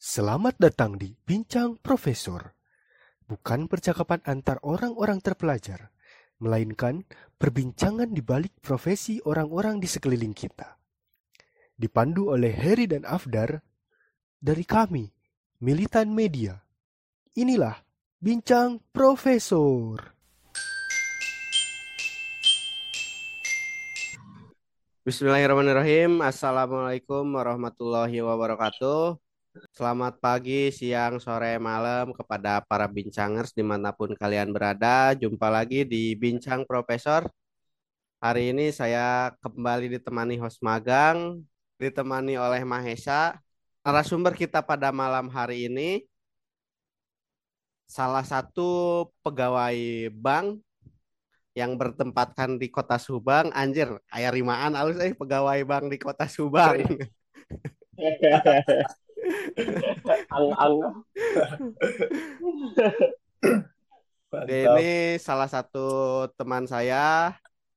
Selamat datang di Bincang Profesor. Bukan percakapan antar orang-orang terpelajar, melainkan perbincangan di balik profesi orang-orang di sekeliling kita. Dipandu oleh Heri dan Afdar dari kami, Militan Media. Inilah Bincang Profesor. Bismillahirrahmanirrahim. Assalamualaikum warahmatullahi wabarakatuh. Selamat pagi, siang, sore, malam kepada para bincangers dimanapun kalian berada. Jumpa lagi di Bincang Profesor. Hari ini saya kembali ditemani host magang, ditemani oleh Mahesa. Narasumber kita pada malam hari ini salah satu pegawai bank yang bertempatkan di Kota Subang. Anjir, aya rimaan alus pegawai bank di Kota Subang. Ang-ang. Dia ini salah satu teman saya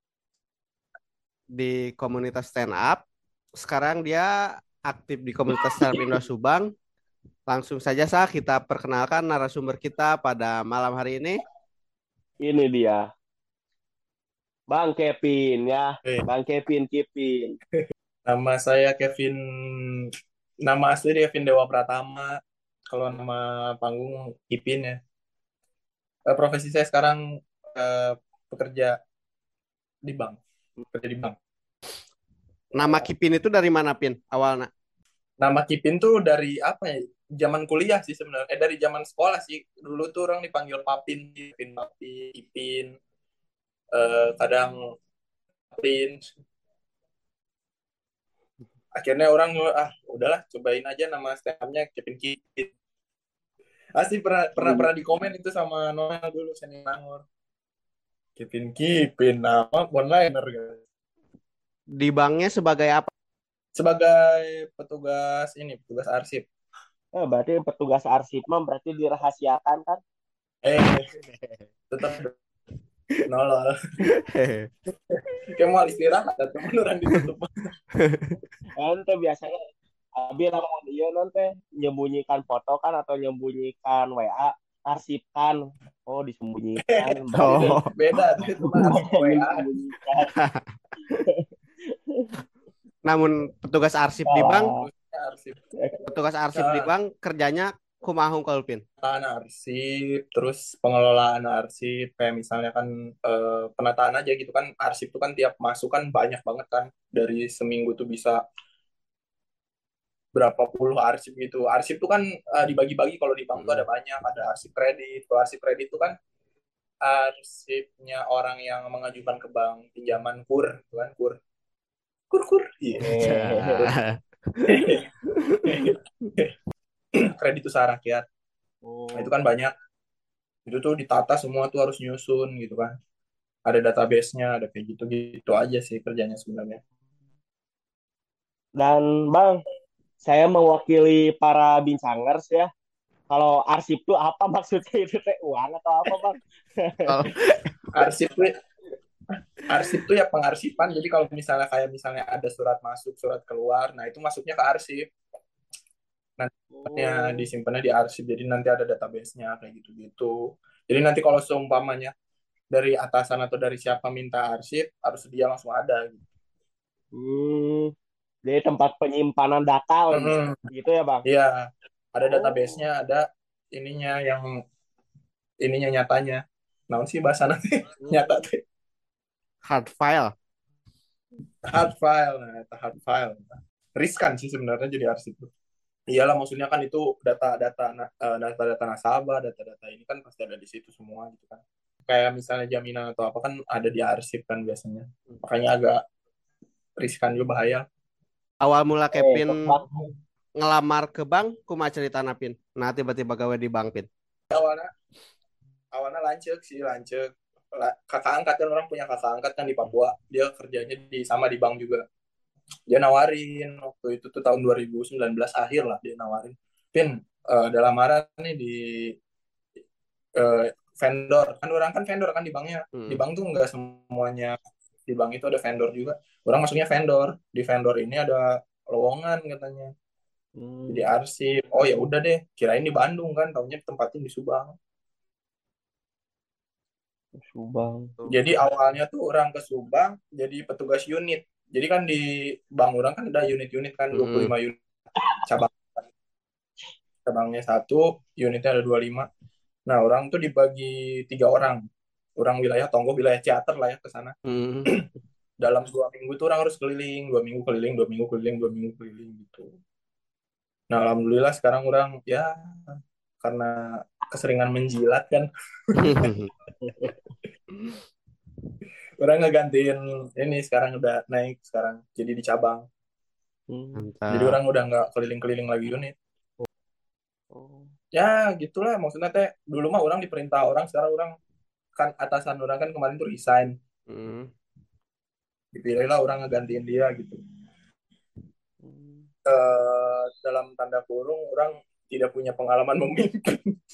di komunitas stand up. Sekarang dia aktif di komunitas stand up Indo Subang. Langsung saja kita perkenalkan narasumber kita pada malam hari ini. Ini dia, Bang Kevin ya, Bang Kevin Kipin. Nama saya Kevin, nama asli dia Kevin Dewa Pratama. Kalau nama panggung Ipin ya. Profesi saya sekarang bekerja di bank. Bekerja di bank. Nama Kipin itu dari mana, Pin? Awalnya. Nama Kipin tuh dari apa ya? Zaman kuliah sih sebenarnya. Dari zaman sekolah sih. Dulu tuh orang dipanggil Papin, Ipin, Papin, Ipin. Kadang Papin. Akhirnya orang udahlah cobain aja nama stand-up-nya Kevin Kipin. Asli pernah di komen itu sama Noel dulu senior Nangor. Kipin nama one-liner guys. Di banknya sebagai apa? Sebagai petugas arsip. Berarti petugas arsip mah berarti dirahasiakan kan? Tetap nolol. Kayak mau istirahat atau beneran ditutup. Ente biasanya abi lamun dia nanti nyembunyikan foto kan atau nyembunyikan WA, arsipkan. Oh, disembunyikan. Oh. Beda tuh itu mah arsip WA. Disembunyikan. Namun petugas arsip di bank, Arsip. petugas arsip di bank kerjanya kumaha hungkul, Pin? Penataan arsip, terus pengelolaan arsip, kayak misalnya kan penataan aja gitu kan, arsip tuh kan tiap masuk kan banyak banget kan, dari seminggu tuh bisa berapa puluh arsip gitu. Arsip tuh kan dibagi-bagi, kalau di bank tuh ada banyak, ada arsip kredit. Kalau arsip kredit tuh kan arsipnya orang yang mengajukan ke bank pinjaman kur, gitu kan kur. Iya. Kredit usaha rakyat. Nah, itu kan banyak. Itu tuh ditata semua tuh harus nyusun gitu kan. Ada database-nya, ada kayak gitu aja sih kerjanya sebenarnya. Dan Bang, saya mewakili para bincangers ya. Kalau arsip itu apa maksudnya, itu teh uang atau apa, Bang? Arsip tuh ya pengarsipan. Jadi kalau misalnya ada surat masuk, surat keluar, nah itu masuknya ke arsip. Nantinya disimpannya di arsip. Jadi nanti ada database-nya kayak gitu-gitu. Jadi nanti kalau seumpamanya dari atasan atau dari siapa minta arsip, harus dia langsung ada gitu. Jadi tempat penyimpanan data gitu ya, Bang? Iya, ada database-nya, ada ininya nyatanya. Namun sih bahasa nanti nyata tuh. Hard file. Hard file. Riskan sih sebenarnya jadi arsip tuh. Iyalah, maksudnya kan itu data-data nasabah, data-data ini kan pasti ada di situ semua gitu kan. Kayak misalnya jaminan atau apa kan ada di arsip kan biasanya. Makanya agak riskan juga, bahaya. Awal mula Kevin ngelamar ke bank, kumaha cerita Pin? Nah, tiba-tiba gawe di bank, Pin. Awalnya lancek. Kakak angkat kan, orang punya kakak angkat kan di Papua. Dia kerjanya sama di bank juga. Dia nawarin waktu itu tuh tahun 2019 akhir lah, dia nawarin, Pin, ada lamaran nih di vendor. Kan orang kan vendor kan di banknya. Di bank tuh nggak semuanya, di bank itu ada vendor juga. Orang masuknya vendor. Di vendor ini ada lowongan katanya. Jadi arsip. Oh ya udah deh, kirain di Bandung kan, taunya ditempatin di Subang. Subang. Jadi awalnya tuh orang ke Subang jadi petugas unit. Jadi kan di bank orang kan ada unit-unit kan, Mm-mm. 25 unit cabang. Cabangnya satu, unitnya ada 25. Nah, orang tuh dibagi 3 orang. Orang wilayah Tonggo, wilayah Ciater lah ya ke sana. Mm. Dalam 2 minggu tuh orang harus keliling, 2 minggu keliling, 2 minggu keliling, 2 minggu keliling gitu. Nah, alhamdulillah sekarang orang ya karena keseringan menjilat kan, orang ngegantiin ini sekarang udah naik sekarang jadi di cabang. Jadi Mantap. orang udah nggak keliling-keliling lagi unit. Oh. Ya gitulah maksudnya teh dulu mah orang diperintah orang, sekarang orang kan atasan orang kan kemarin tuh resign. Mm. Dipilihlah orang ngegantiin dia gitu. Dalam tanda kurung orang tidak punya pengalaman memimpin.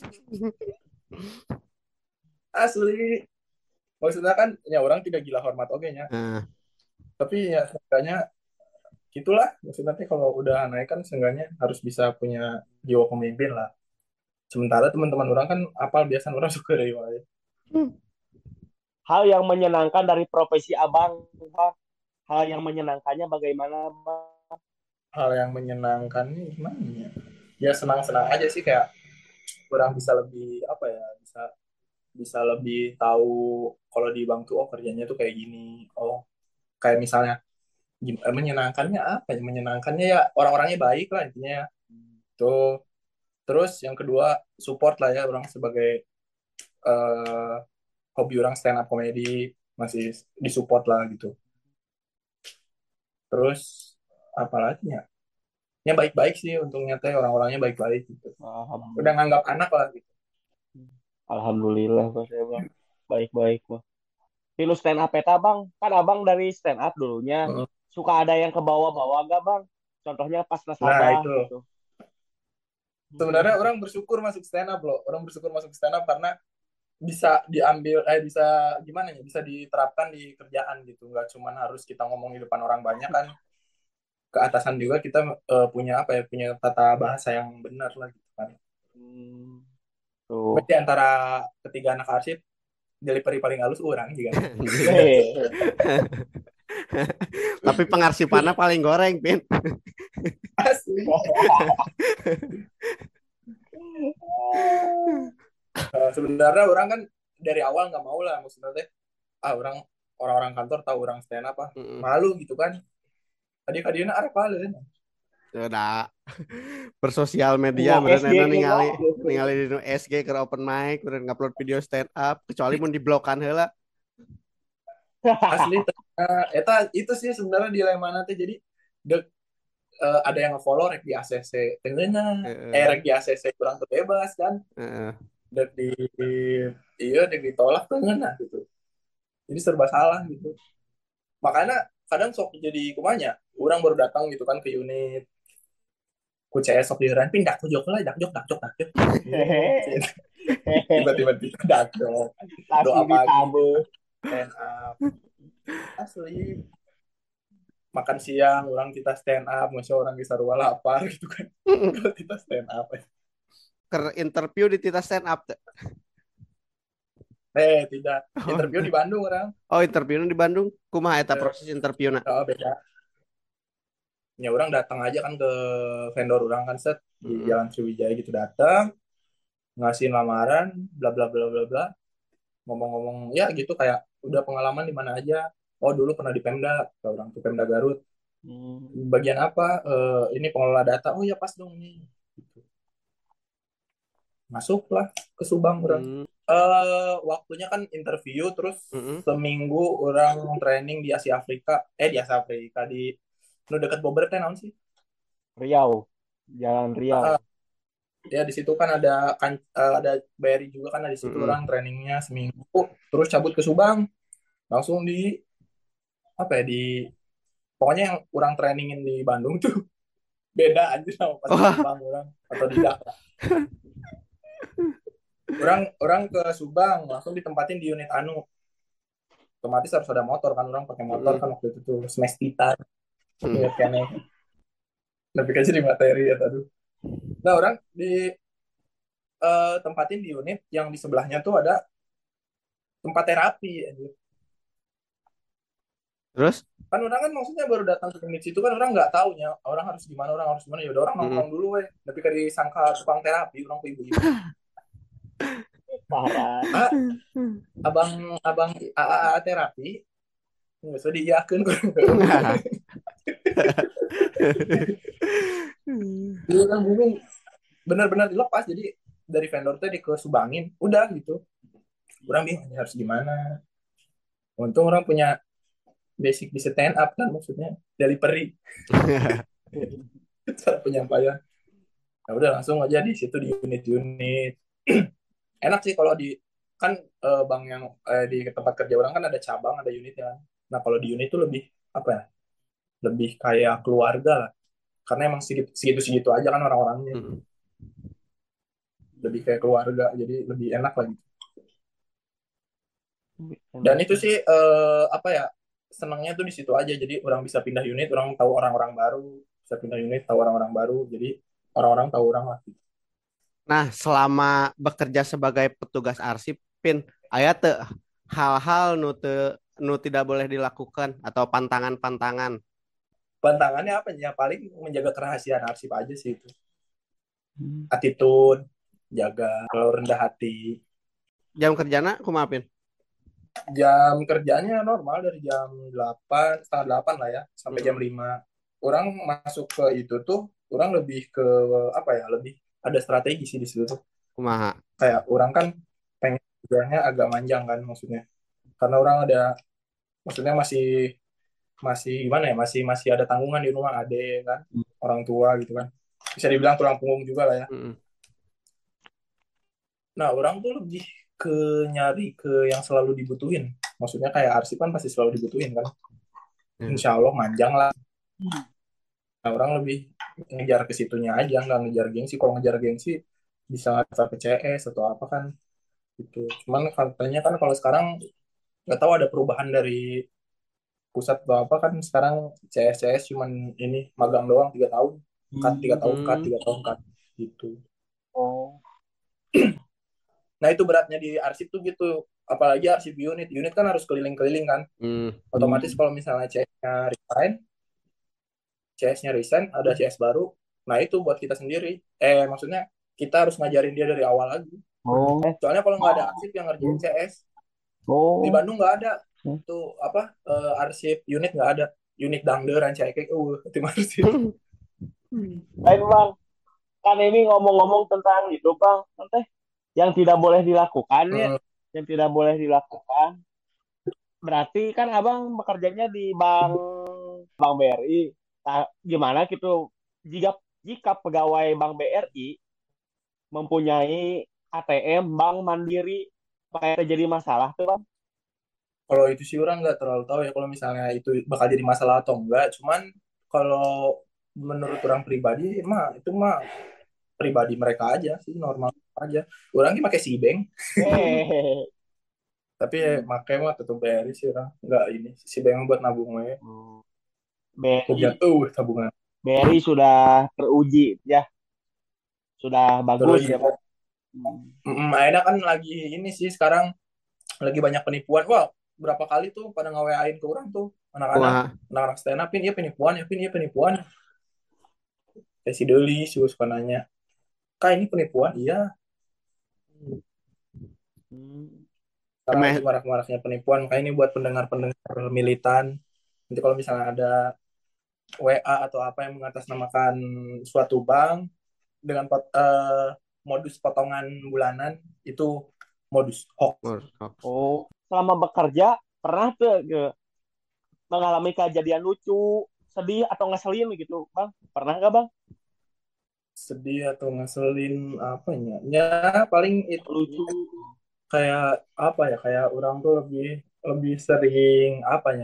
Asli maksudnya kan ya orang tidak gila hormat oke nya, Nah, tapi ya seenggaknya gitulah maksudnya teh kalau udah naik kan seenggaknya harus bisa punya jiwa pemimpin lah. Sementara teman-teman orang kan apal biasa orang suka dari wae. Hal yang menyenangkan dari profesi abang, Bang. Hal yang menyenangkannya bagaimana, Bang? Hal yang menyenangkan nih gimana ya, ya senang-senang aja sih, kayak orang bisa lebih apa ya, bisa bisa lebih tahu kalau di bank tuh oh kerjanya tuh kayak gini. Oh kayak misalnya menyenangkannya apa ya, menyenangkannya ya orang-orangnya baik lah intinya tuh. Terus yang kedua support lah ya, orang sebagai eh, hobi orang stand up comedy masih disupport lah gitu. Terus apalagi ya, ya baik-baik sih untungnya teh, orang-orangnya baik-baik gitu, udah Alhamdulillah. nganggap anak lah gitu. Alhamdulillah, Bang. Saya, Bang. Baik-baik, Bang. Lu stand up eta, Bang. Kan abang dari stand up dulunya. Mm. Suka ada yang ke bawah-bawah gak, Bang? Contohnya pas Nah nasabah itu gitu. sebenarnya orang bersyukur masuk stand up loh, orang bersyukur masuk stand up karena bisa diambil bisa gimana ya, bisa diterapkan di kerjaan gitu, nggak cuma harus kita ngomong di depan orang banyak kan, ke atasan juga kita punya apa ya, punya tata bahasa yang benar lah gitu kan. Hmm, tuh. Berarti antara ketiga anak arsip delivery paling halus orang juga. anjir. Tapi pengarsipannya paling goreng, Pin. Asli. Sebenarnya orang kan dari awal nggak mau lah maksudnya teh, orang orang-orang kantor tahu orang stand up Mm. malu gitu kan. Tadi kadieu arep paling. Udah bersosial media Nah, meureun SG enak gitu. ningali ningali di nu SG ke open mic meureun ngupload video stand up kecuali mun diblokan heula. Asli eta itu sih sebenarnya dilema nanti, jadi dek ada yang nge-follow rek di ACC tengena, Heeh. rek di ACC kurang terbebas kan, Heeh. dek di iya dek ditolak tengena gitu, jadi serba salah gitu. Makanya kadang sok jadi kumanya orang baru datang gitu kan ke unit, ku CS sok dieureun pindah ku jok lah dak jok dak jok dak jok. Tiba-tiba dak jok doa Langsung pagi ditambah. stand up. Asli makan siang orang kita stand up, masya orang di sarua lapar gitu kan. Kalau kita stand up Ke interview di Tita stand up teh. tidak, Oh, interview di Bandung orang. oh interviewnya di Bandung. Kumaha eta Eh, proses interviewna? oh, beda ya, orang datang aja kan ke vendor orang kan, set di Heeh. Jalan Sriwijaya gitu, datang ngasihin lamaran bla bla bla bla bla, ngomong-ngomong ya gitu kayak udah pengalaman di mana aja. Oh dulu pernah di Pemda, ke orang tuh Pemda Garut, bagian apa, ini pengelola data. Oh ya pas dong nih gitu. Masuklah ke Subang orang. Hmm. Waktunya kan interview terus Heeh. seminggu orang training di Asia Afrika, di Asia Afrika di nu deket Bogor teh naon sih. Riau. Jalan Riau. Ya di situ kan ada BRI juga kan, di situ Heeh. orang trainingnya seminggu terus cabut ke Subang langsung di apa ya, di pokoknya yang orang trainingin di Bandung tuh beda aja sama pas di Wah, Subang orang, atau di Dak. Orang orang ke Subang langsung ditempatin di unit anu, otomatis harus ada motor kan, orang pakai motor heeh. kan waktu itu tuh Smash Titan, Hmm. inget kan ya. Tapi kan jadi materi ya tadi. Nah orang di tempatin di unit yang di sebelahnya tuh ada tempat terapi anjir. Terus? Kan orang kan maksudnya baru datang ke unit situ kan orang nggak taunya orang harus gimana, orang harus gimana, ya udah orang Mm. nongkrong dulu weh, tapi kan disangka tukang terapi orang ke ibu-ibu. Parah. Ah, abang abang AA terapi nggak usah diiyakan. Dulu kan bingung, benar-benar dilepas, jadi dari vendor tadi ke Subangin udah gitu, orang bingung ini harus gimana. Untung orang punya basic di stand up kan, maksudnya delivery cara penyampaian. Nah udah langsung aja di situ di unit-unit. Enak sih kalau di, kan bank yang di tempat kerja orang kan ada cabang, ada unitnya kan. Nah kalau di unit itu lebih apa ya, lebih kayak keluarga lah, karena emang segitu-segitu aja kan orang-orangnya, Mm. lebih kayak keluarga, jadi lebih enak lagi. Dan itu sih apa ya, senangnya tuh di situ aja, jadi orang bisa pindah unit, orang tahu orang-orang baru, bisa pindah unit tahu orang-orang baru, jadi orang-orang tahu orang lah. Nah, selama bekerja sebagai petugas arsip, Pin, aya teu hal-hal nu tidak boleh dilakukan atau pantangan-pantangan. Tantangannya apa ya, paling menjaga kerahasiaan arsip aja sih itu, attitude, jaga kalau rendah hati. Jam kerjana kumaha, Pin? Jam kerjanya normal dari jam 8 setengah 8 lah ya, sampai jam Mm. 5. Orang masuk ke itu tuh, orang lebih ke apa ya, lebih ada strategi sih di situ tuh. Kumaha? Kayak orang kan pengen kerjanya agak manjang kan maksudnya. Karena orang ada, maksudnya masih masih gimana ya, masih masih ada tanggungan di rumah, ade kan, orang tua gitu kan. Bisa dibilang tulang punggung juga lah ya. Mm. Nah, orang tuh lebih ke nyari ke yang selalu dibutuhin. Maksudnya kayak arsip kan pasti selalu dibutuhin kan. Ya. Insya Allah manjang lah. Nah, orang lebih ngejar ke situnya aja, nggak ngejar gengsi. Kalau ngejar gengsi bisa daftar ke CS atau apa kan gitu. Cuman katanya kan kalau sekarang nggak tahu ada perubahan dari pusat atau apa kan, sekarang CS cuman ini magang doang 3 tahun, cut 3 tahun, cut Hmm. 3 tahun, cut gitu. Oh. Nah itu beratnya di arsip tuh gitu, apalagi arsip unit, unit kan harus keliling-keliling kan, Hmm. otomatis kalau misalnya CS-nya resign, ada CS baru, nah itu buat kita sendiri, maksudnya kita harus ngajarin dia dari awal lagi, Oh. soalnya kalau nggak ada arsip yang ngerjain CS di Oh. Bandung nggak ada tuh apa, arsip unit nggak ada, unit dangderan cekek itu arsip. Baik bang, kan ini ngomong-ngomong tentang itu bang, nanti yang tidak boleh dilakukan ya, Hmm. yang tidak boleh dilakukan. Berarti kan abang bekerjanya di Bank BRI. Nah, gimana gitu jika jika pegawai Bank BRI mempunyai ATM Bank Mandiri, apakah terjadi masalah tuh bang? Kalau itu sih orang nggak terlalu tahu ya, kalau misalnya itu bakal jadi masalah atau enggak. Cuman kalau menurut orang pribadi mah itu mah pribadi mereka aja sih, normal aja. Orang ini pakai Cbank, Hehehe. tapi ya pakai mah tetap BRI sih orang. Nggak ini, Cbank buat nabung ya. Kemudian, BRI, tabungan. BRI sudah teruji ya, sudah Terus bagus ya juga, bang. Hmm. akhirnya kan lagi ini sih sekarang lagi banyak penipuan. Wah, berapa kali tuh pada nge-WA-in ke orang tuh anak-anak, Kumaha? anak-anak stand up, ya penipuan, ya penipuan. Kayak si Deli sih suka nanya, Kak ini penipuan? Iya. Hmm. Sekarang lagi Emeh, marak-maraknya penipuan, makanya ini buat pendengar-pendengar militan. Nanti kalau misalnya ada WA atau apa yang mengatasnamakan suatu bank dengan modus potongan bulanan, itu modus hoax. hoax. Oh, selama bekerja pernah tuh mengalami kejadian lucu, sedih atau ngeselin gitu, Bang? Pernah nggak, Bang? Sedih atau ngeselin apanya? Ya paling itu Lucu. kayak apa ya? Kayak orang tuh lebih lebih sering apanya?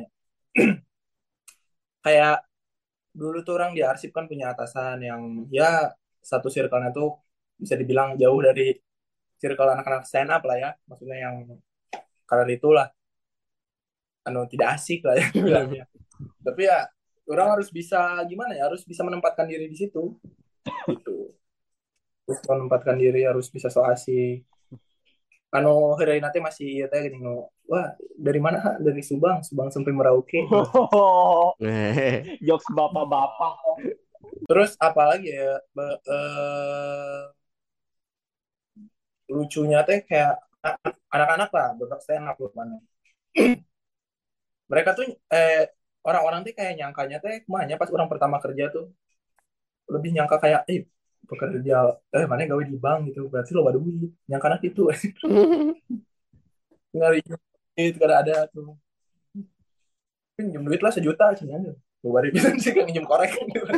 Kayak dulu tuh orang di arsip kan punya atasan yang ya satu circle-nya tuh bisa dibilang jauh dari circle anak-anak stand up lah ya. Maksudnya yang kalian itulah anu tidak asik lah ya bilangnya. Tapi ya orang harus bisa gimana ya, harus bisa menempatkan diri di situ gitu. Terus menempatkan diri harus bisa so asik. Anu hari nanti masih iya teh gini no. Wah, dari mana Ha? Dari Subang, Subang sampai Merauke. Jokes bapak-bapak. Terus apa lagi ya? Lucunya teh kayak anak-anak lah, beberapa stand up mana. Mereka tuh orang-orang tuh kayak nyangkanya teh kemana pas orang pertama kerja tuh lebih nyangka kayak pekerja mana gawe di bank gitu berarti lo duit nyangka anak itu ngari duit karena ada tuh pinjam duit lah 1 juta sebenarnya gue baru bisa sih kan pinjam korek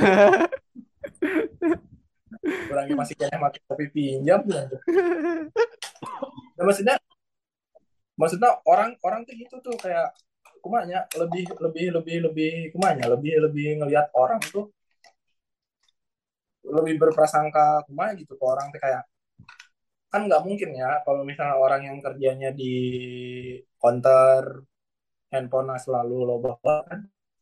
orangnya masih kayak pakai kopi pinjam gitu. Nah, maksudnya orang-orang tuh gitu tuh kayak kumanya lebih kumanya lebih ngelihat orang tuh lebih berprasangka kumanya gitu ke orang tuh kayak kan nggak mungkin ya kalau misalnya orang yang kerjanya di counter handphone selalu loba kan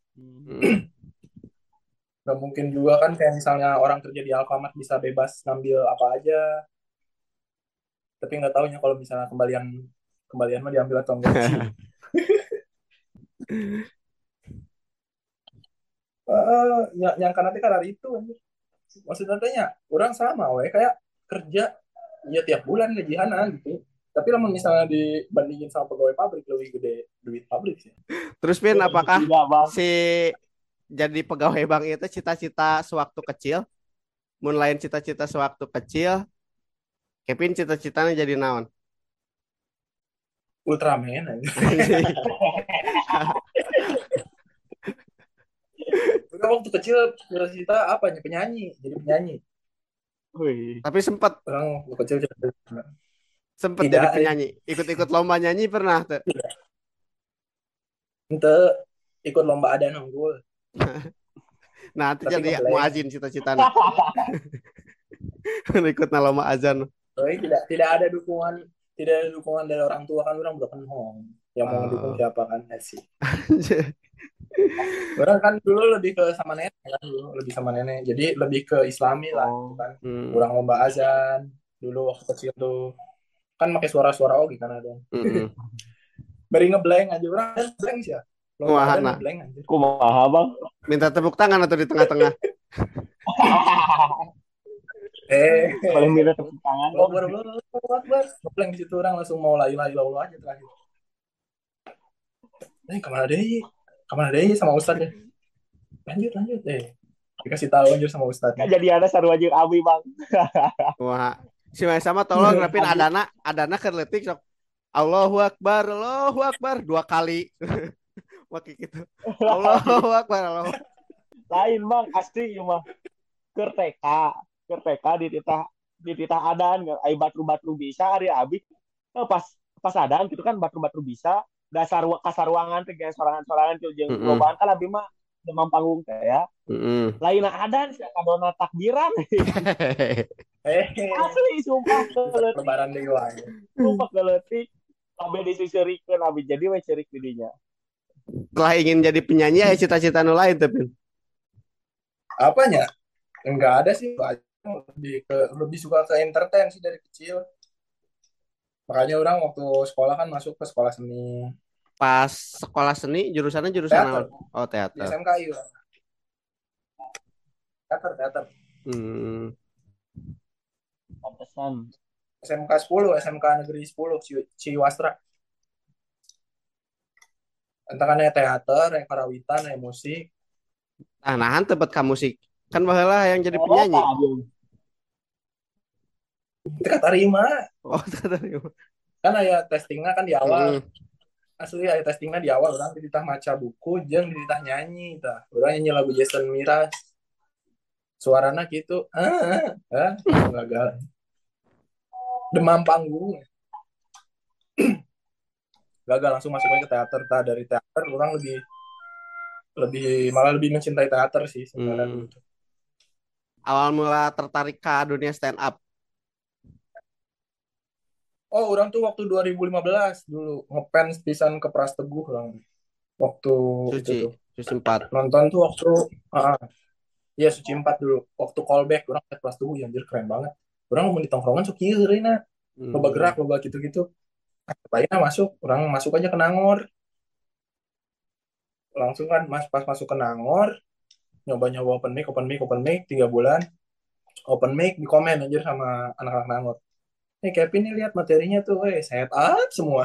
nggak mungkin juga kan kayak misalnya orang kerja di Alfamart bisa bebas ngambil apa aja tapi nggak tahunya kalau misalnya kembalian kembalian mah diambil atau enggak sih. Yang kan nanti kan hari itu anjir. Maksudnya tanya orang sama we kayak kerja ya tiap bulan gajianan gitu tapi lama misalnya dibandingin sama pegawai pabrik lebih gede duit pabrik sih. Terus Pin, apakah Tidak, Bang. si jadi pegawai bank itu cita-cita sewaktu kecil? Mun lain cita-cita sewaktu kecil, Kevin cita-citanya jadi naon? Ultraman aja. Anjing. Udah waktu kecil cita-cita apa nya penyanyi jadi penyanyi Wih. Tapi sempat orang waktu kecil cita-cita jadi tidak penyanyi. Ikut-ikut lomba nyanyi pernah tuh. ente ikut lomba ada nunggul Nah, itu tapi jadi ngeblank. muazin cita-citanya. Ikut na lomba azan. Tapi tidak ada dukungan dari orang tua kan orang udah penhong yang mau ngedukung Oh. siapa kan ya sih orang kan dulu lebih ke sama nenek kan dulu lebih sama nenek jadi lebih ke Islami lah gitu kan orang lomba azan dulu waktu kecil tuh kan pakai suara-suara oke kan ada beri ngeblank aja orang ada ngeblank sih ya lomba Wah, azan nah. ngeblank aja Kumaha, Bang? Minta tepuk tangan atau di tengah-tengah? Boleh minta tepuk tangan, Bang? Akbar ngeblank di situ orang langsung mau la ilaha illallah aja terakhir kemana deh sama Ustadz ya lanjut dikasih tahu aja sama Ustadz Kan jadi ada sarua jeung Abi, Bang. Wah, si Mai sama tolong rapin adana kerletik sok. Allahu Akbar 2 kali. Waktu gitu. Allahu Akbar. Lain, Bang, asli ieu mah keur TK. Keur TK dititah adan ai batu-batu bisa ari Abi. Pas adan gitu kan batu-batu bisa dasar kasaruangan teh kayak sorangan-sorangan tuh jeung lobaan kan Abi mah demam panggung teh ya. Lain adan sia kadona takbiran. Asli sumpah keletik. lebaran deh wae. Sumpah keletik. Sampai disisirikeun Abi jadi we cerik didinya. Setelah ingin jadi penyanyi ya cita-cita nu lain tapi. Apanya? Enggak ada sih, lebih suka ke entertain sih dari kecil. Makanya orang waktu sekolah kan masuk ke sekolah seni. Pas sekolah seni jurusan Teater. apa? Oh, Di teater. SMKI lah. Teater. Pantesan. SMK 10, SMK Negeri 10, Ciwastra. Entah kan ya teater, ya karawitan, ya musik. Nahan tebet ka musik. Kan baheula yang jadi penyanyi. Itu kan tarima. Oh, tadi. Kan aya testingnya kan di awal. Asli aya testingnya di awal orang dititah maca buku jeung dititah nyanyi tah. Urang nyanyi lagu Jason Mraz. Suarana gitu. Gagal. Demam panggung. Gagal langsung masuk lagi ke teater tah. Dari teater orang malah lebih mencintai teater sih sebenarnya. Awal mula tertarik ke dunia stand up. Oh, orang tuh waktu 2015 dulu ngefans pisan ke Pras Teguh orang. Waktu Suci. itu tuh. Suci 4. Nonton tuh waktu iya Suci 4 dulu. Waktu callback orang kelas tuh anjir keren banget. Orang mau di tongkrongan sok kieu na. Loba gerak, Hmm. loba gitu-gitu. Baiknya masuk, orang masuk aja ke Nangor. Langsung kan pas masuk ke Nangor, nyoba-nyoba open mic 3 bulan. Open mic di komen anjir sama anak-anak Nangor. Kevin nih lihat materinya tuh, set up semua.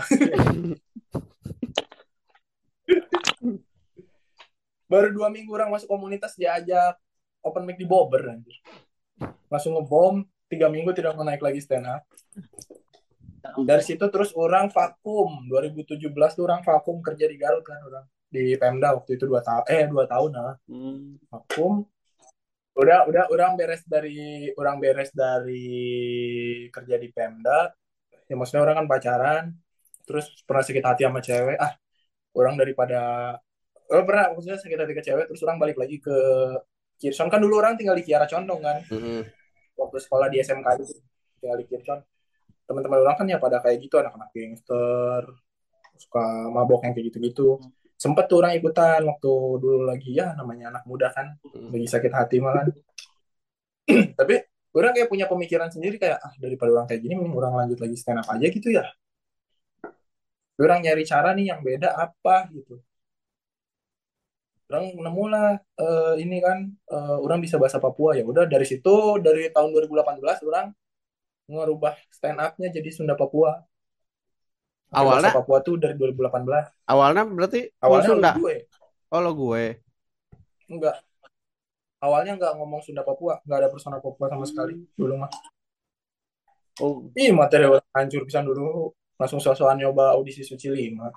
Baru 2 minggu orang masuk komunitas diajak open mic di Bobber anjir. Langsung ngebom, 3 minggu tidak mau naik lagi stand up. Dari situ terus orang vakum. 2017 tuh orang vakum kerja di Garut kan orang. Di Pemda waktu itu 2 tahun lah. Vakum. Udah orang beres dari kerja di Pemda. Ya maksudnya orang kan pacaran. Terus pernah sakit hati sama cewek. Orang daripada pernah maksudnya sakit hati ke cewek terus orang balik lagi ke Kirson kan dulu orang tinggal di Kiara Condong kan waktu sekolah di SMK itu tinggal di Kirson teman-teman orang kan ya pada kayak gitu anak-anak gangster suka mabok yang kayak gitu-gitu sempet tuh orang ikutan waktu dulu lagi ya namanya anak muda kan lagi sakit hati malah tapi orang kayak punya pemikiran sendiri kayak daripada orang kayak gini mending orang lanjut lagi stand up aja gitu ya orang nyari cara nih yang beda apa gitu orang nemu lah ini kan orang bisa bahasa Papua ya udah dari situ dari tahun 2018 orang ngerubah stand up-nya jadi Sunda Papua pakai bahasa Awalnya Papua tuh dari 2018 awalnya berarti full awalnya Sunda. gue Oh lo gue. enggak awalnya enggak ngomong Sunda Papua enggak ada persona Papua sama sekali dulu mah Oh, materi orang hancur pisan dulu langsung sosokan nyoba audisi Suci 5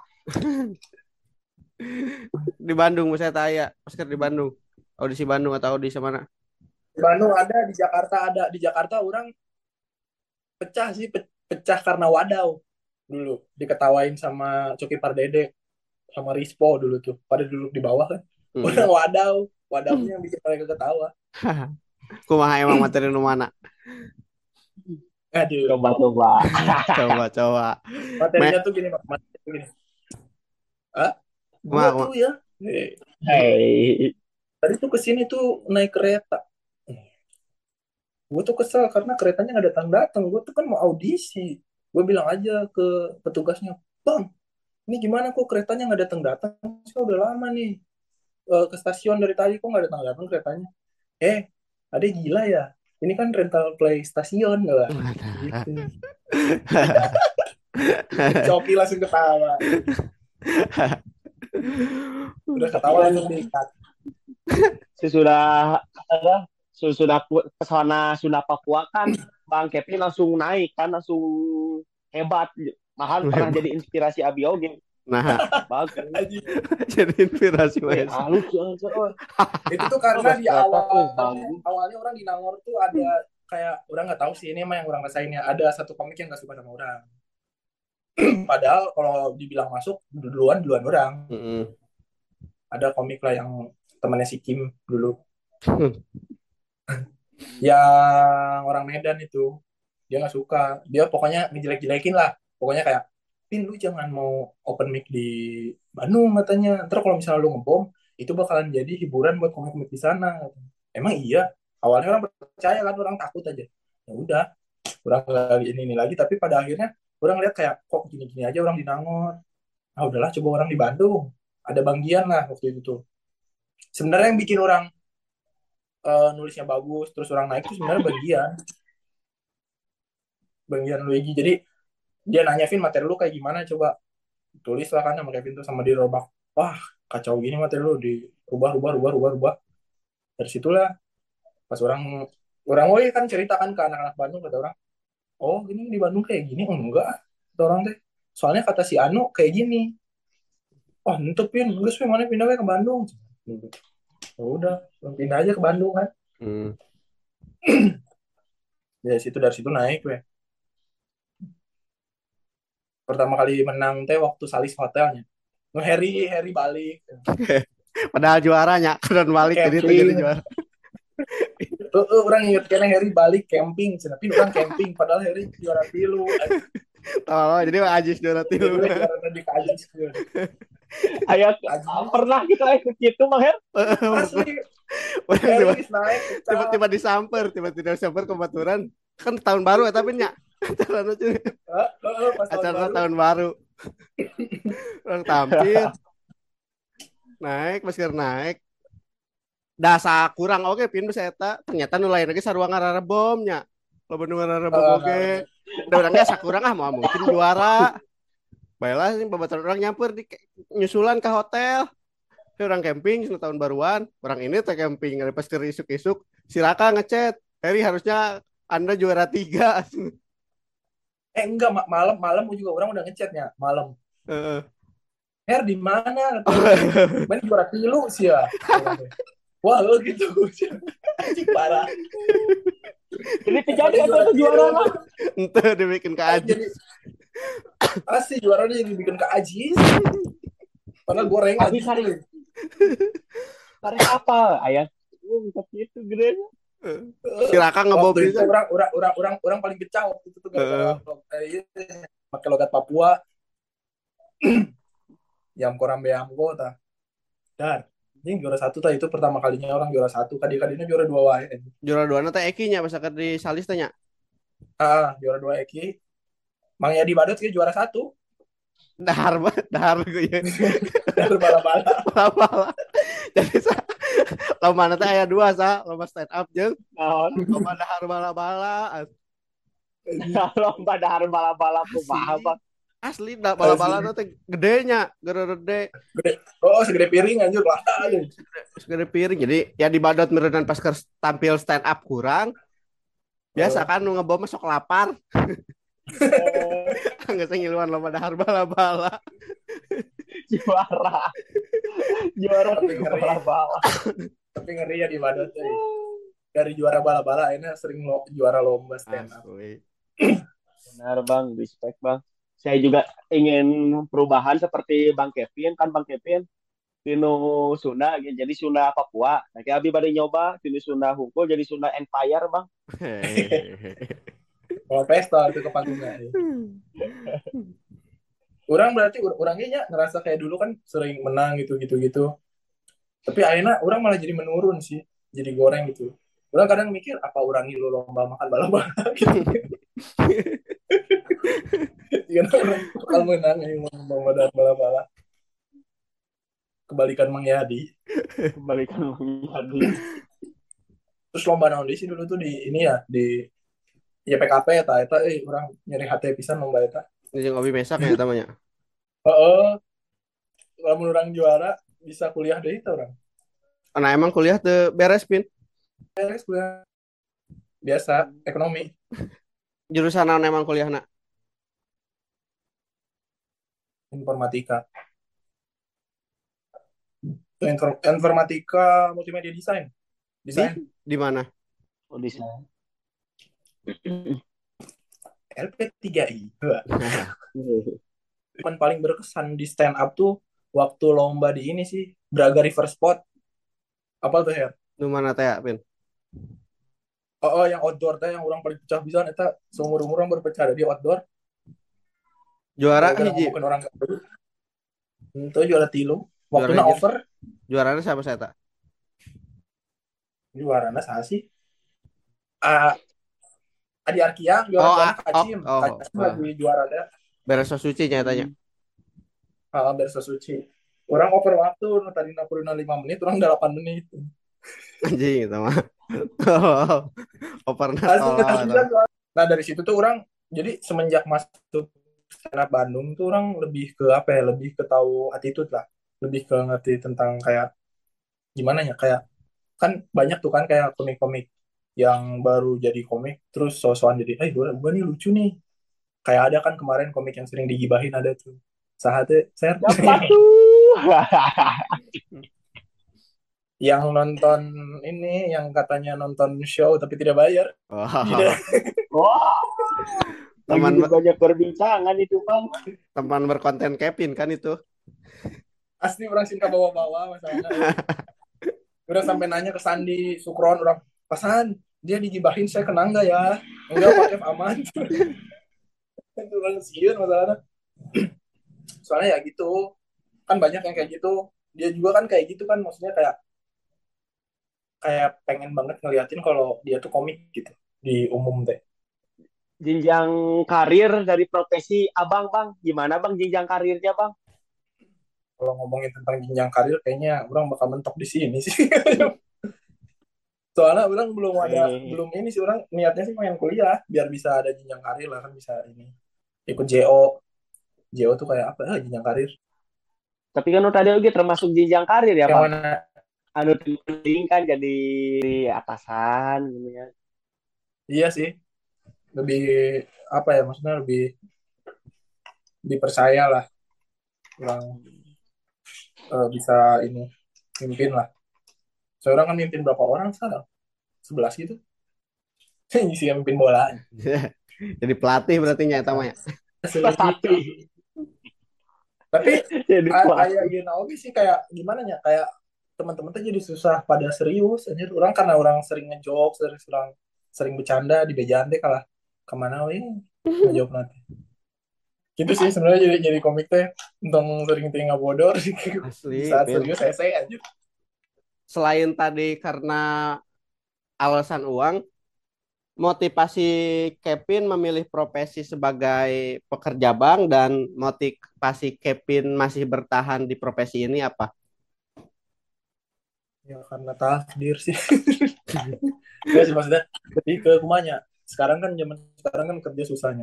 Di Bandung saya tanya, Oscar di Bandung. Audisi Bandung atau audisi mana? di Bandung ada di Jakarta orang pecah sih pecah karena Wadaw dulu diketawain sama Coki Pardede sama Rispo dulu tuh pada duduk di bawah kan orang wadahnya yang bikin mereka ketawa Kumaha emang materi nu mana? aduh coba. Coba. materinya tuh gini materinya tuh gini gua Kumaha. tuh ya Hei, tadi tuh kesini tuh naik kereta gue tuh kesel karena keretanya nggak datang gue tuh kan mau audisi gue bilang aja ke petugasnya bang ini gimana kok keretanya nggak datang saya udah lama nih ke stasiun dari tadi kok nggak datang keretanya ada gila ya ini kan rental play stasiun gak gitu Coki langsung ketawa udah ketawa langsung diikat sesudah ke sana Sunda Papua kan Bang Kevin langsung naik kan langsung hebat malahan pernah jadi inspirasi Abi oge Nah, bagus jadi inspirasi Mas. halus itu tuh karena di bagus awalnya orang di Nangor tuh ada kayak orang nggak tahu sih ini emang yang orang rasainnya ada satu komik yang nggak suka sama orang padahal kalau dibilang masuk duluan orang ada komik lah yang temannya si Kim dulu yang orang Medan itu dia nggak suka dia pokoknya ngejelek-jelekin lah pokoknya kayak Pin lu jangan mau open mic di Bandung katanya ntar kalau misalnya lu ngebom itu bakalan jadi hiburan buat komik-komik di sana emang iya awalnya orang percaya kan orang takut aja ya udah orang lagi ini lagi tapi pada akhirnya orang lihat kayak kok gini-gini aja orang di Nangor udahlah coba orang di Bandung ada Bang Gian lah waktu itu tuh sebenarnya yang bikin orang nulisnya bagus terus orang naik itu sebenarnya bagian Luigi jadi dia nanya Vin materi lu kayak gimana coba tulis lah kan sama Kevin tuh sama dirobak wah kacau gini materi lu rubah dari situlah pas orang woi kan ceritakan ke anak-anak Bandung kata orang oh gini di Bandung kayak gini enggak kata orang teh soalnya kata si Anu kayak gini oh nutupin enggak sih mana pindah ke Bandung ya udah pindah aja ke Bandung kan dari situ naik weh pertama kali menang teh waktu Salis Hotelnya Harry balik Padahal juaranya keren balik jadi juara. Orang inget karena Harry balik camping tapi orang camping padahal Harry juara tilu Oh jadi Ajis juara tilu juara tadi ke Ajis Ayo Aji pernah kita ikut gitu Bang Her? asli Orang Eris naik pecah. tiba-tiba disamper ke baturan. Kan tahun baru ya tapi nya. Pas tahun Acara baru. tahun baru. Orang tampil naik masker naik. Dasa kurang oke pin bisa eta. Ternyata nu lain lagi sarua ngarara bomnya. Lo bener ngarara bom oke. Udah orangnya sakurang mau mungkin juara. Baiklah sih babaturan orang nyamper di nyusulan ke hotel. Orang camping tahun baruan. Orang ini teh camping pas ke isuk-isuk. Si Raka ngechat. Heri harusnya Anda juara 3. Enggak, malam juga orang udah ngechatnya malam. Heeh. Her di mana? Main juara tilu sih ya. Wah lo gitu. Anjing parah. Jadi terjadi atau juara lah. Ente dibikin ke Aji. Jadi asli juaranya yang dibikin ke Aji. Padahal goreng Habis Aji. hari. Hari apa? Ayah. Gitu gede. Si Raka ngebawa Waktu itu bisa. orang paling kecah waktu itu tuh gara-gara pakai logat Papua. Yang koram beamgo ta. Dan ini juara 1 ta itu pertama kalinya orang juara 1. Kadi-kadinya juara 2 wae. Juara 2 nanti Eki nya pas akan di Salis tanya. Juara 2 Eki. Mang Yadi Badut sih juara 1. Dahar gue ya. Dari bala-bala. Bala-bala. Jadi lomba nanti aya 2 lomba stand up jeung lomba dahar bala-bala. Lomba dahar bala-bala kumaha Bang. Asli bala-bala nanti gedenya, gede. Oh, segede piring anjir lah. Segede piring. Jadi ya dibadot merenan pas ke tampil stand up kurang. Biasa kan nu ngebawa masuk lapar. Nggak sengiluan lomba dahar bala-bala. Juara bala-bala. Tapi ngeri ya di Badut. Dari juara bala-bala akhirnya sering juara lomba stand up. Benar Bang, respect Bang. Saya juga ingin perubahan seperti Bang Kevin, kan Bang Kevin Tino Sunda, jadi Sunda Papua. Nah, kayak Abi bade nyoba, Tino Sunda Hungkul jadi Sunda Empire, Bang. Kalau pesta itu ke panggungnya. Orang berarti orangnya ngerasa kayak dulu kan sering menang gitu. Tapi akhirnya orang malah jadi menurun sih, jadi goreng gitu. Orang kadang mikir apa orang lu lomba makan bala-bala gitu. Karena orang bakal menang yang lomba dan bala-bala. Kebalikan Mang Yadi. Terus lomba naon sih dulu tuh di ini ya di YPKP eta orang nyari hati pisan lomba eta. Ini yang Obi Mesak ya namanya. Kalau orang juara bisa kuliah deh itu orang. Nah emang kuliah tuh beres pin. Beres kuliah biasa ekonomi. Jurusan naon emang kuliah nak? Informatika. Informatika multimedia design. Di mana? Oh, desain. LP3I. Yang paling berkesan di stand up tuh waktu lomba di ini sih Braga River Spot. Apa tuh ya? Di mana teh pin? Yang outdoor teh yang orang paling pecah bisa eta seumur-umur orang berpecah di outdoor. Juara hiji. Bukan orang baru. Itu juara 3. Waktunya over. Juaranya siapa saya tak? Juaranya saya sih. Adi Arkia juara Kacim. Kacim lagi juara deh. Beres suci nyatanya. Beres suci. Orang over waktu tadi 65 menit, orang udah 8 menit. Anjing itu mah. Over Nah dari situ tuh orang jadi semenjak masuk stand up Bandung tuh orang lebih ke apa ya? Lebih ke tahu attitude lah. Lebih ke ngerti tentang kayak gimana ya? Kayak kan banyak tuh kan kayak komik-komik yang baru jadi komik terus so-soan jadi gua nih lucu nih. Kayak ada kan kemarin komik yang sering digibahin ada tuh. Sahatnya share. Yang nonton ini yang katanya nonton show tapi tidak bayar. Wah. Teman banyak perbincangan itu Bang. Teman berkonten Kevin kan itu. Asli orang singkat bawa-bawa masalahnya. Udah sampai nanya ke Sandi Sukron orang pasan dia digibahin saya kena nggak ya? Enggak pakai aman. Itu orang sieun masalahnya. Soalnya ya gitu Kan banyak yang kayak gitu. Dia juga kan kayak gitu kan, maksudnya kayak kayak pengen banget ngeliatin kalau dia tuh komik gitu di umum teh. Jenjang karir dari profesi abang bang, gimana bang jenjang karirnya bang? Kalau ngomongin tentang jenjang karir, kayaknya orang bakal mentok di sini sih. Soalnya orang belum ini sih, orang niatnya sih pengen kuliah biar bisa ada jenjang karir lah, kan bisa ini ikut JO. JO tuh kayak apa? Jenjang karir. Tapi kan tadi oke termasuk jenjang karir ya Yang bang. mana? Anu penting kan jadi atasan gitu ya. Iya sih, lebih apa ya, maksudnya lebih dipercaya lah, orang bisa ini mimpin lah. Seorang kan mimpin berapa orang sekarang? 11 gitu. Ini sih yang mimpin bola. Jadi pelatih berarti nyata mah ya. Pelatih. Tapi Jadi ayah pelatih. Gina Ogi sih kayak gimana ya? Kayak teman-teman tuh jadi susah pada serius. Anjir, orang karena orang sering ngejok, sering bercanda di bejaan deh kalah kemana weh ngejok nanti. Gitu sih sebenarnya jadi komik teh tentang sering tinggal bodoh di Asli, saat Pin. serius saya anjir. Selain tadi karena alasan uang, motivasi Kevin memilih profesi sebagai pekerja bank dan motivasi Kevin masih bertahan di profesi ini apa? Ya karena takdir sih. Gak sih maksudnya lebih ke kumanya. Sekarang kan zaman sekarang kan kerja susahnya.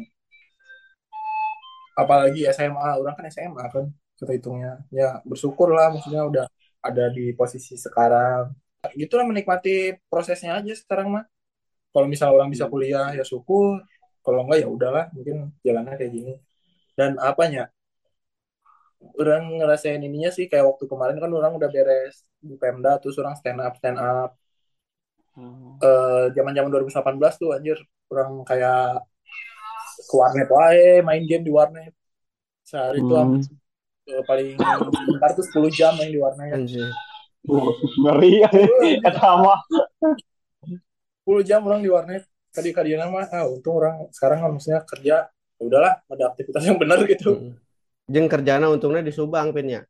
Apalagi SMA, orang kan SMA kan kita hitungnya. Ya bersyukur lah maksudnya udah ada di posisi sekarang. Gitulah menikmati prosesnya aja sekarang mah. Kalau misal orang bisa kuliah ya syukur. Kalau enggak ya udahlah, mungkin jalannya kayak gini. Dan apanya? Orang ngerasain ininya sih kayak waktu kemarin kan orang udah beres di Pemda terus orang stand up zaman-zaman 2018 tuh anjir, orang kayak ke warnet wae, main game di warnet sehari tuh paling sebentar tuh 10 jam main di warnet. Anjir. Ngeri ya. Anjir, Kata mah. 10 jam orang di warnet tadi kadiana mah untung orang sekarang kan maksudnya kerja ya udahlah ada aktivitas yang benar gitu. Jeung kerjana untungnya di Subang Pin ya.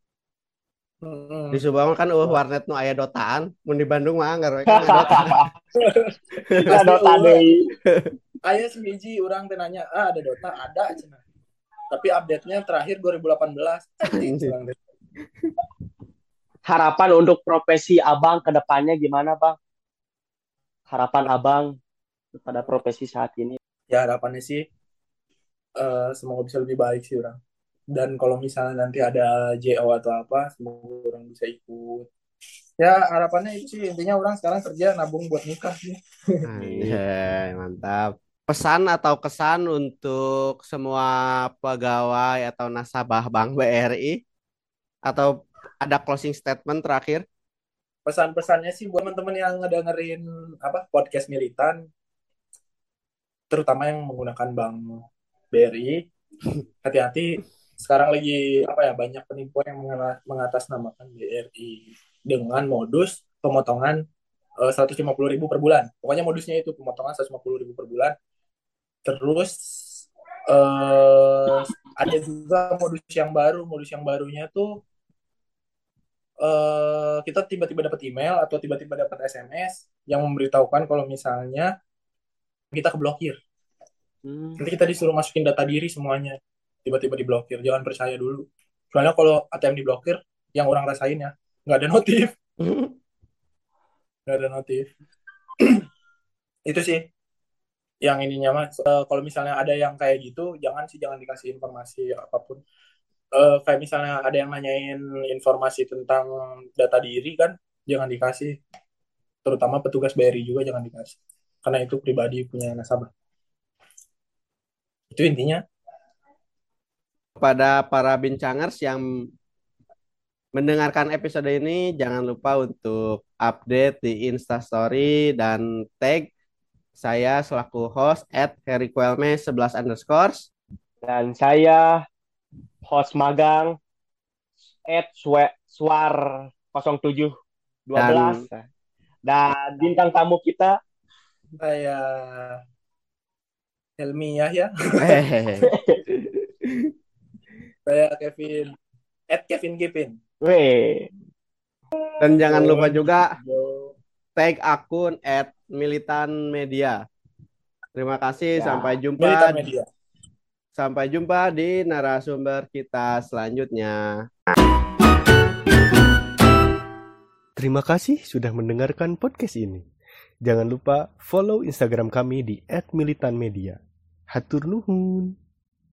Di Subang kan warnet nu aya dotaan, mun di Bandung mah enggak kan aya dotaan. Lah Asli Dota deui. aya semiji orang teh nanya ada Dota ada cenah tapi update-nya terakhir 2018 anjing Anjir. orang teh. Harapan untuk profesi abang ke depannya gimana bang? Harapan abang pada profesi saat ini. Ya harapannya sih semoga bisa lebih baik sih orang. Dan kalau misalnya nanti ada JO atau apa, semoga orang bisa ikut. Ya harapannya itu sih intinya orang sekarang kerja nabung buat nikah sih. Anjay, mantap. Pesan atau kesan untuk semua pegawai atau nasabah Bank BRI atau ada closing statement terakhir? Pesan-pesannya sih buat teman-teman yang ngedengerin apa podcast Militan, terutama yang menggunakan Bank BRI, hati-hati. Sekarang lagi apa ya banyak penipuan yang mengatasnamakan BRI dengan modus pemotongan 150.000 per bulan. Pokoknya modusnya itu pemotongan 150.000 per bulan. Terus eh, ada juga modus yang baru. Modus yang barunya tuh kita tiba-tiba dapat email atau tiba-tiba dapat SMS yang memberitahukan kalau misalnya kita keblokir. Nanti kita disuruh masukin data diri semuanya. Tiba-tiba diblokir. Jangan percaya dulu. Soalnya kalau ATM diblokir, yang orang rasain ya, nggak ada notif. Nggak ada notif. Itu sih yang ininya mas. Kalau misalnya ada yang kayak gitu, jangan dikasih informasi apapun. Kayak misalnya ada yang nanyain informasi tentang data diri kan, jangan dikasih. Terutama petugas BRI juga jangan dikasih. Karena itu pribadi punya nasabah. Itu intinya. Kepada para bincangers yang mendengarkan episode ini, jangan lupa untuk update di Instastory dan tag saya selaku host @herikwelme11 underscores. Dan saya host magang @suar 0712 Dan dan bintang tamu kita Saya Helmi ya. hehehe. Saya Kevin @KevinGepin. Weh. Dan jangan lupa juga Yo. tag akun @militanmedia. Terima kasih, Ya. Militan Media. sampai jumpa di narasumber kita selanjutnya. Terima kasih sudah mendengarkan podcast ini. Jangan lupa follow Instagram kami di @militanmedia. Hatur nuhun.